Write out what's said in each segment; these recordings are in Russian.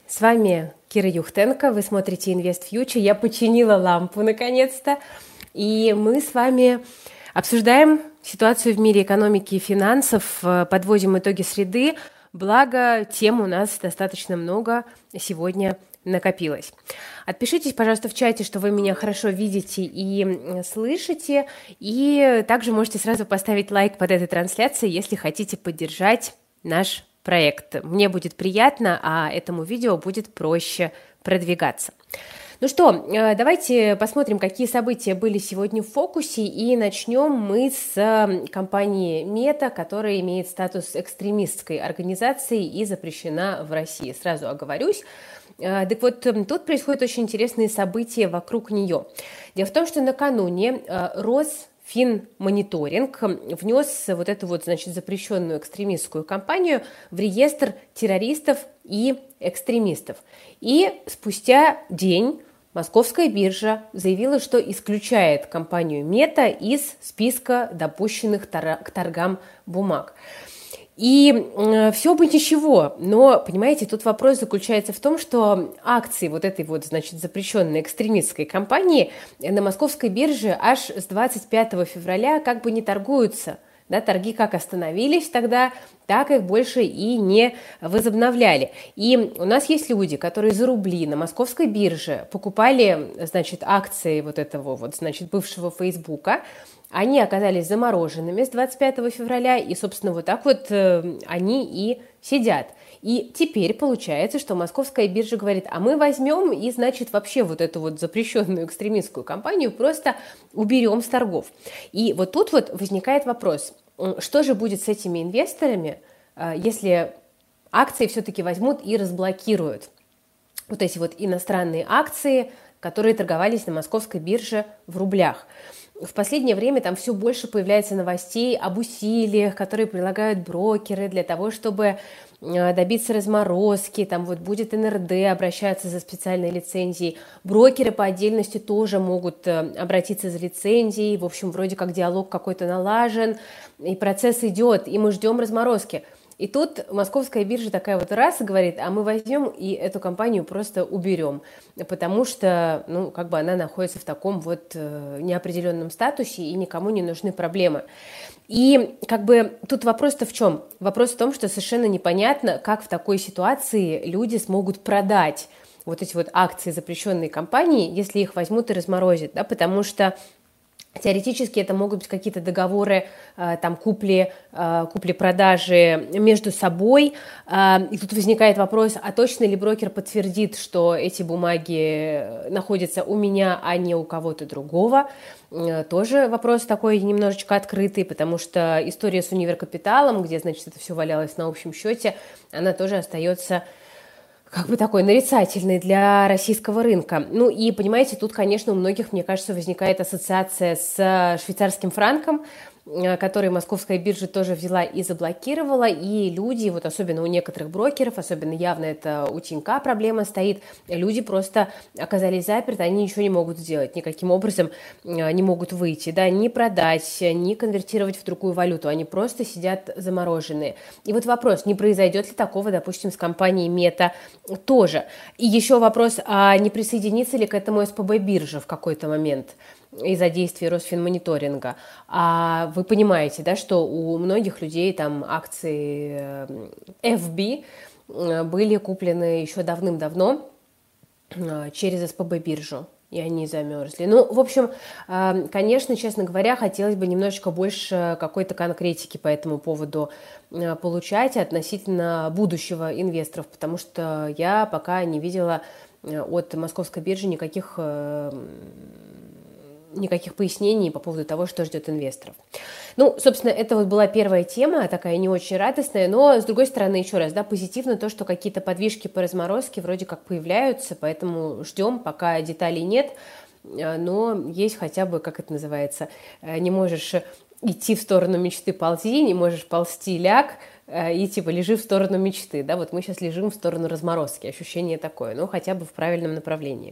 С вами Кира Юхтенко, вы смотрите Invest Future. Я починила лампу наконец-то, и мы с вами обсуждаем ситуацию в мире экономики и финансов, подводим итоги среды, благо тем у нас достаточно много сегодня накопилось. Отпишитесь, пожалуйста, в чате, что вы меня хорошо видите и слышите, и также можете сразу поставить лайк под этой трансляцией, если хотите поддержать наш проект. Мне будет приятно, а этому видео будет проще продвигаться. Ну что, давайте посмотрим, какие события были сегодня в фокусе, и начнем мы с компании Meta, которая имеет статус экстремистской организации и запрещена в России. Сразу оговорюсь. Так вот, тут происходят очень интересные события вокруг нее. Дело в том, что накануне Росфинмониторинг внес вот эту вот, значит, запрещенную экстремистскую компанию в реестр террористов и экстремистов. И спустя день Московская биржа заявила, что исключает компанию Meta из списка допущенных к торгам бумаг. И все бы ничего, но, понимаете, тут вопрос заключается в том, что акции вот этой вот, значит, запрещенной экстремистской компании на Московской бирже аж с 25 февраля как бы не торгуются. Да, торги как остановились тогда, так их больше и не возобновляли. И у нас есть люди, которые за рубли на Московской бирже покупали, значит, акции вот этого вот, значит, бывшего Фейсбука. Они оказались замороженными с 25 февраля, и, собственно, вот так вот они и сидят. И теперь получается, что Московская биржа говорит, а мы возьмем и, значит, вообще вот эту вот запрещенную экстремистскую компанию просто уберем с торгов. И вот тут вот возникает вопрос, что же будет с этими инвесторами, если акции все-таки возьмут и разблокируют вот эти вот иностранные акции, которые торговались на Московской бирже в рублях. В последнее время там все больше появляется новостей об усилиях, которые прилагают брокеры для того, чтобы добиться разморозки, там вот будет НРД обращаться за специальной лицензией. Брокеры по отдельности тоже могут обратиться за лицензией. В общем, вроде как диалог какой-то налажен, и процесс идет, и мы ждем разморозки. И тут Московская биржа такая вот раз и говорит, а мы возьмем и эту компанию просто уберем, потому что, ну, как бы она находится в таком вот неопределенном статусе, и никому не нужны проблемы. И как бы тут вопрос-то в чем? Вопрос в том, что совершенно непонятно, как в такой ситуации люди смогут продать вот эти вот акции запрещенной компании, если их возьмут и разморозят, да, потому что теоретически это могут быть какие-то договоры там, купли-продажи между собой. И тут возникает вопрос, а точно ли брокер подтвердит, что эти бумаги находятся у меня, а не у кого-то другого? Тоже вопрос такой немножечко открытый, потому что история с Универкапиталом, где, значит, это все валялось на общем счете, она тоже остается как бы такой нарицательный для российского рынка. Ну и, понимаете, тут, конечно, у многих, мне кажется, возникает ассоциация с швейцарским франком, который Московская биржа тоже взяла и заблокировала, и люди, вот особенно у некоторых брокеров, особенно явно это у Тинька проблема стоит, люди просто оказались заперты, они ничего не могут сделать, никаким образом не могут выйти, да, ни продать, ни конвертировать в другую валюту, они просто сидят замороженные. И вот вопрос, не произойдет ли такого, допустим, с компанией Meta тоже. И еще вопрос, а не присоединится ли к этому СПБ биржа в какой-то момент из-за действий Росфинмониторинга. А вы понимаете, да, что у многих людей там акции FB были куплены еще давным-давно через СПБ биржу, и они замерзли. Ну, в общем, конечно, честно говоря, хотелось бы немножечко больше какой-то конкретики по этому поводу получать относительно будущего инвесторов, потому что я пока не видела от Московской биржи никаких пояснений по поводу того, что ждет инвесторов. Ну, собственно, это вот была первая тема, такая не очень радостная, но, с другой стороны, еще раз, да, позитивно то, что какие-то подвижки по разморозке вроде как появляются, поэтому ждем, пока деталей нет, но есть хотя бы, как это называется, не можешь идти в сторону мечты, ползи, не можешь ползти, ляг, и типа лежи в сторону мечты, да, вот мы сейчас лежим в сторону разморозки, ощущение такое, но хотя бы в правильном направлении.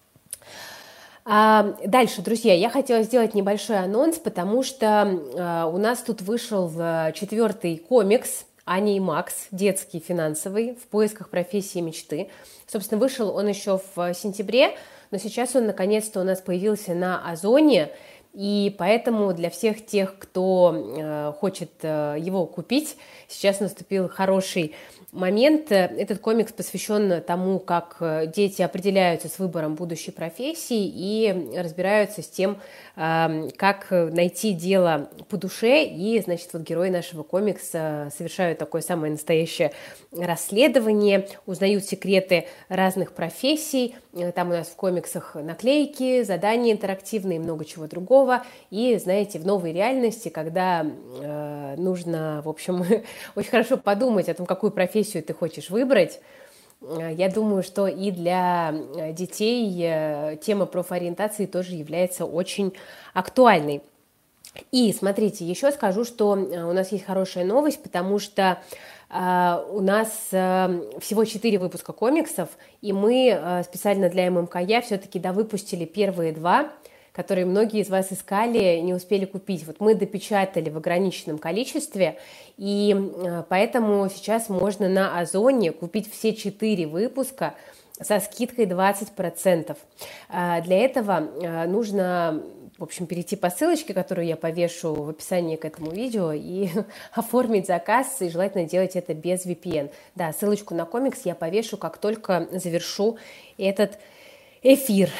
Дальше, друзья, я хотела сделать небольшой анонс, потому что у нас тут вышел 4-й комикс «Аня и Макс», детский, финансовый, в поисках профессии мечты. Собственно, вышел он еще в сентябре, но сейчас он наконец-то у нас появился на Озоне, и поэтому для всех тех, кто хочет его купить, сейчас наступил хороший момент. Этот комикс посвящен тому, как дети определяются с выбором будущей профессии и разбираются с тем, как найти дело по душе. И, значит, вот герои нашего комикса совершают такое самое настоящее расследование, узнают секреты разных профессий. Там у нас в комиксах наклейки, задания интерактивные и много чего другого. И, знаете, в новой реальности, когда нужно, в общем, очень хорошо подумать о том, какую профессию ты хочешь выбрать, я думаю, что и для детей тема профориентации тоже является очень актуальной. И смотрите, еще скажу, что у нас есть хорошая новость, потому что у нас всего 4 выпуска комиксов, и мы специально для ММК все-таки довыпустили первые 2, которые многие из вас искали, не успели купить. Вот мы допечатали в ограниченном количестве, и поэтому сейчас можно на Озоне купить все 4 выпуска со скидкой 20%. Для этого нужно, в общем, перейти по ссылочке, которую я повешу в описании к этому видео, и оформить заказ, и желательно делать это без VPN. Да, ссылочку на комикс я повешу, как только завершу этот эфир.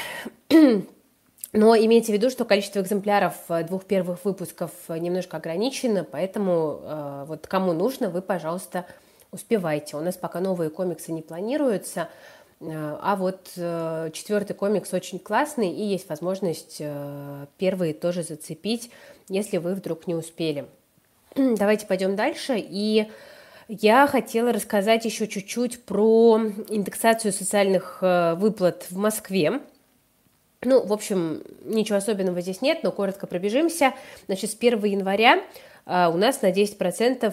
Но имейте в виду, что количество экземпляров 2 первых выпусков немножко ограничено, поэтому вот кому нужно, вы, пожалуйста, успевайте. У нас пока новые комиксы не планируются, а вот 4-й комикс очень классный, и есть возможность первые тоже зацепить, если вы вдруг не успели. Давайте пойдем дальше. И я хотела рассказать еще чуть-чуть про индексацию социальных выплат в Москве. Ну, в общем, ничего особенного здесь нет, но коротко пробежимся. Значит, с 1 января у нас на 10%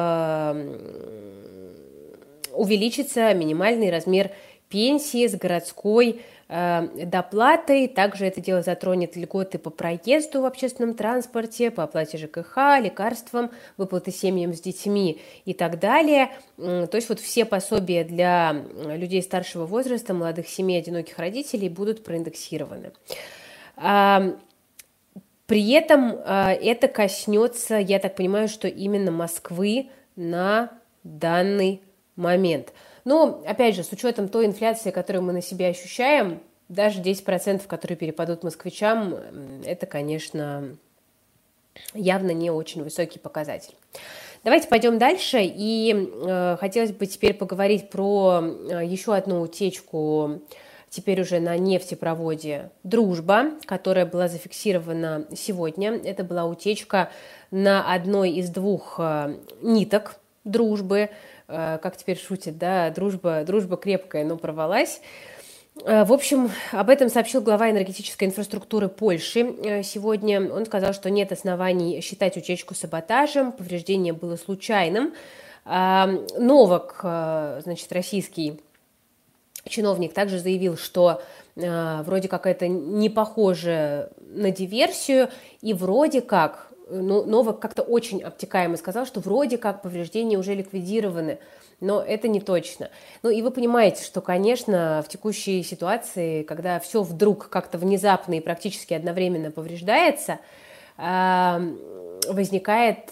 увеличится минимальный размер пенсии с городской доплатой. Также это дело затронет льготы по проезду в общественном транспорте, по оплате ЖКХ, лекарствам, выплаты семьям с детьми и так далее. То есть вот все пособия для людей старшего возраста, молодых семей, одиноких родителей будут проиндексированы. При этом это коснется, я так понимаю, что именно Москвы на данный момент. Но, опять же, с учетом той инфляции, которую мы на себе ощущаем, даже 10%, которые перепадут москвичам, это, конечно, явно не очень высокий показатель. Давайте пойдем дальше. И хотелось бы теперь поговорить про еще одну утечку, теперь уже на нефтепроводе «Дружба», которая была зафиксирована сегодня. Это была утечка на одной из 2 ниток «Дружбы». Как теперь шутят, да, дружба крепкая, но порвалась. В общем, об этом сообщил глава энергетической инфраструктуры Польши сегодня. Он сказал, что нет оснований считать утечку саботажем, повреждение было случайным. Новак, значит, российский чиновник, также заявил, что вроде как это не похоже на диверсию, и вроде как, Новак как-то очень обтекаемо сказал, что вроде как повреждения уже ликвидированы, но это не точно. Ну и вы понимаете, что, конечно, в текущей ситуации, когда все вдруг как-то внезапно и практически одновременно повреждается, возникает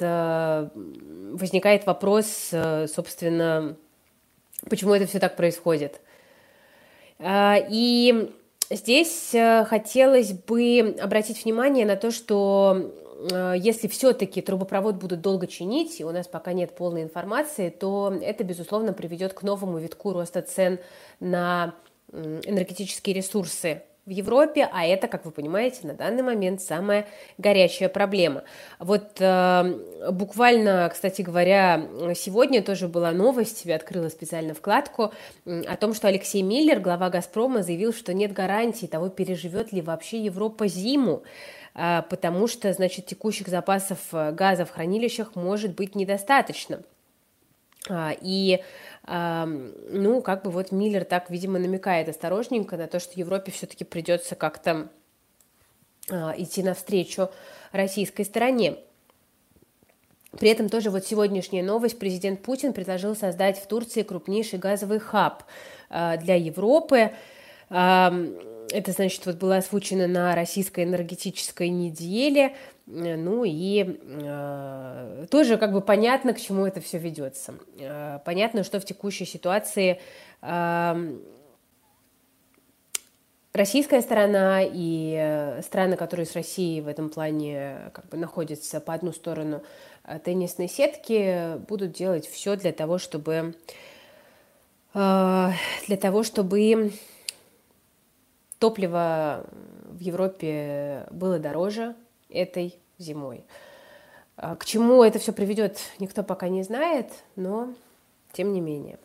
вопрос, собственно, почему это все так происходит. И здесь хотелось бы обратить внимание на то, что если все-таки трубопровод будут долго чинить, и у нас пока нет полной информации, то это, безусловно, приведет к новому витку роста цен на энергетические ресурсы в Европе, а это, как вы понимаете, на данный момент самая горячая проблема. Вот буквально, кстати говоря, сегодня тоже была новость, я открыла специально вкладку, о том, что Алексей Миллер, глава «Газпрома», заявил, что нет гарантии того, переживет ли вообще Европа зиму, потому что, значит, текущих запасов газа в хранилищах может быть недостаточно. И, ну, как бы вот Миллер так, видимо, намекает осторожненько на то, что Европе все-таки придется как-то идти навстречу российской стороне. При этом тоже вот сегодняшняя новость. Президент Путин предложил создать в Турции крупнейший газовый хаб для Европы. Это, значит, вот было озвучено на российской энергетической неделе. Ну и тоже как бы понятно, к чему это все ведется. Понятно, что в текущей ситуации российская сторона и страны, которые с Россией в этом плане как бы находятся по одну сторону теннисной сетки, будут делать все для того, чтобы топливо в Европе было дороже этой зимой. К чему это все приведет, никто пока не знает, но тем не менее.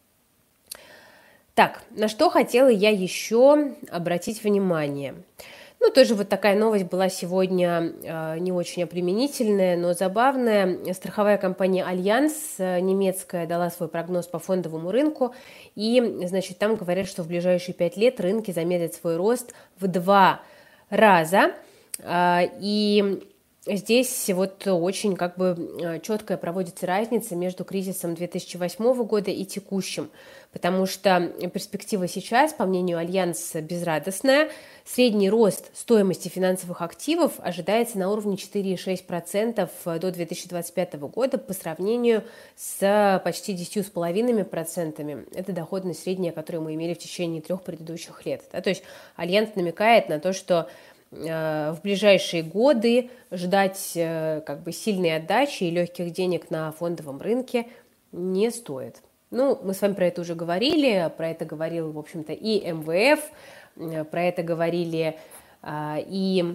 Так, на что хотела я еще обратить внимание? Ну, тоже вот такая новость была сегодня не очень обременительная, но забавная. Страховая компания «Альянс» немецкая дала свой прогноз по фондовому рынку, и, значит, там говорят, что в ближайшие 5 лет рынки замедлят свой рост в 2 раза, и здесь вот очень как бы четкая проводится разница между кризисом 2008 года и текущим, потому что перспектива сейчас, по мнению Альянса, безрадостная. Средний рост стоимости финансовых активов ожидается на уровне 4,6% до 2025 года по сравнению с почти 10,5%. Это доходность средняя, которую мы имели в течение 3 предыдущих лет. Да? То есть Альянс намекает на то, что в ближайшие годы ждать как бы сильной отдачи и легких денег на фондовом рынке не стоит. Ну, мы с вами про это уже говорили, про это говорил, в общем-то, и МВФ, про это говорили и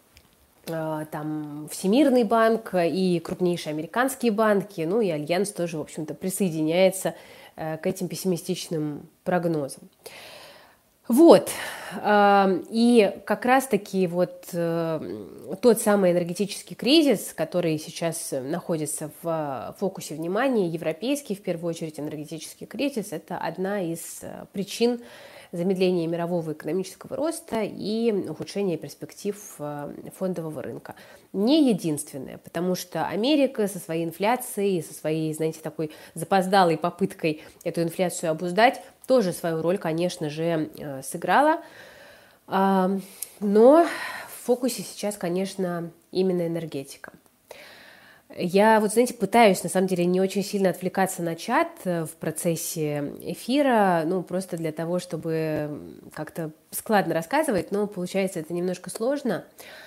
там Всемирный банк, и крупнейшие американские банки, ну и Альянс тоже, в общем-то, присоединяется к этим пессимистичным прогнозам. Вот, и как раз-таки вот тот самый энергетический кризис, который сейчас находится в фокусе внимания, европейский, в первую очередь, энергетический кризис, это одна из причин замедления мирового экономического роста и ухудшения перспектив фондового рынка. Не единственное, потому что Америка со своей инфляцией, со своей, знаете, такой запоздалой попыткой эту инфляцию обуздать, тоже свою роль, конечно же, сыграла. Но в фокусе сейчас, конечно, именно энергетика. Я вот, знаете, пытаюсь, на самом деле, не очень сильно отвлекаться на чат в процессе эфира, ну, просто для того, чтобы как-то складно рассказывать, но получается это немножко сложно.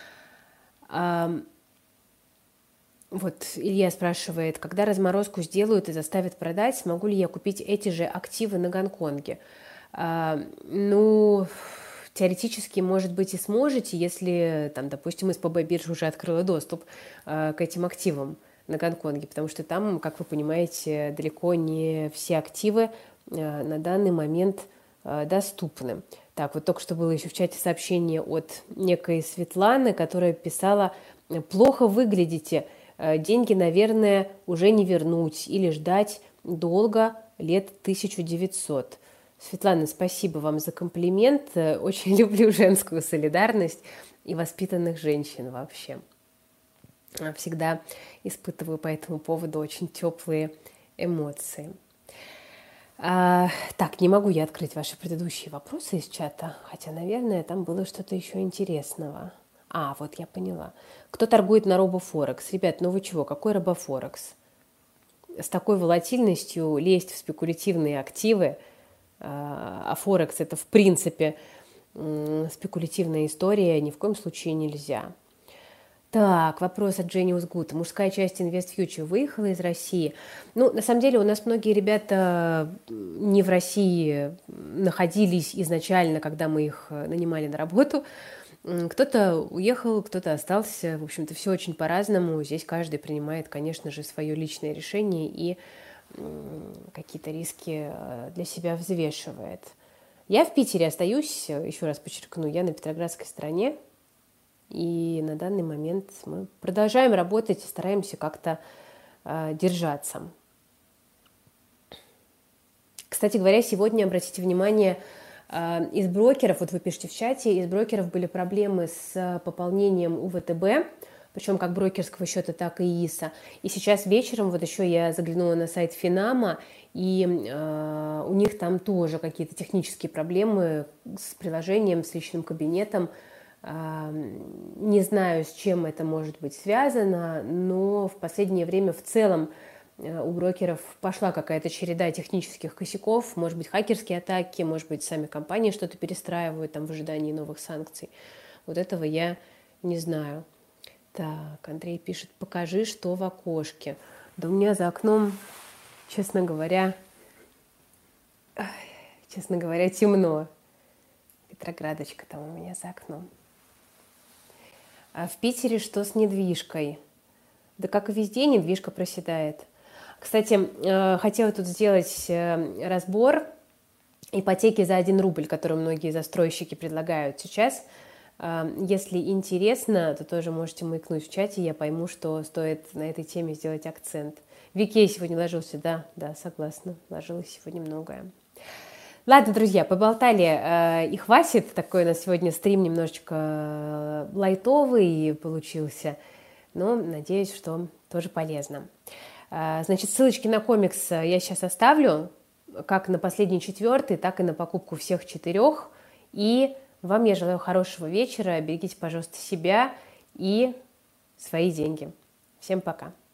Вот Илья спрашивает, когда разморозку сделают и заставят продать, смогу ли я купить эти же активы на Гонконге? Ну, теоретически, может быть, и сможете, если, там, допустим, СПБ биржа уже открыла доступ к этим активам на Гонконге, потому что там, как вы понимаете, далеко не все активы на данный момент доступны. Так, вот только что было еще в чате сообщение от некой Светланы, которая писала: «Плохо выглядите, деньги, наверное, уже не вернуть или ждать долго, лет 1900». Светлана, спасибо вам за комплимент. Очень люблю женскую солидарность и воспитанных женщин вообще. Всегда испытываю по этому поводу очень теплые эмоции. Так, не могу я открыть ваши предыдущие вопросы из чата, хотя, наверное, там было что-то еще интересного. Вот я поняла. Кто торгует на робофорекс? Ребят, ну вы чего, какой робофорекс? С такой волатильностью лезть в спекулятивные активы, а Форекс это в принципе спекулятивная история, ни в коем случае нельзя. Так, вопрос от Genius Good. Мужская часть InvestFuture выехала из России. Ну, на самом деле у нас многие ребята не в России находились изначально, когда мы их нанимали на работу. Кто-то уехал, кто-то остался. В общем-то, все очень по-разному. Здесь каждый принимает, конечно же, свое личное решение и какие-то риски для себя взвешивает. Я в Питере остаюсь, еще раз подчеркну, я на Петроградской стороне, и на данный момент мы продолжаем работать и стараемся как-то держаться. Кстати говоря, сегодня, обратите внимание, из брокеров, вот вы пишете в чате, из брокеров были проблемы с пополнением у ВТБ, причем как брокерского счета, так и ИИСа. И сейчас вечером вот еще я заглянула на сайт Финама, и у них там тоже какие-то технические проблемы с приложением, с личным кабинетом. Не знаю, с чем это может быть связано, но в последнее время в целом у брокеров пошла какая-то череда технических косяков, может быть, хакерские атаки, может быть, сами компании что-то перестраивают там в ожидании новых санкций. Вот этого я не знаю. Так, Андрей пишет, покажи, что в окошке. Да у меня за окном, честно говоря, темно. Петроградочка там у меня за окном. А в Питере что с недвижкой? Да как и везде, недвижка проседает. Кстати, хотела тут сделать разбор ипотеки за 1 рубль, которую многие застройщики предлагают сейчас. Если интересно, то тоже можете маякнуть в чате, я пойму, что стоит на этой теме сделать акцент. Вики, я сегодня ложился, да, согласна, ложилась сегодня многое. Ладно, друзья, поболтали и хватит. Такой у нас сегодня стрим немножечко лайтовый получился, но надеюсь, что тоже полезно. Значит, ссылочки на комикс я сейчас оставлю, как на последний 4, так и на покупку всех 4. И вам я желаю хорошего вечера, берегите, пожалуйста, себя и свои деньги. Всем пока.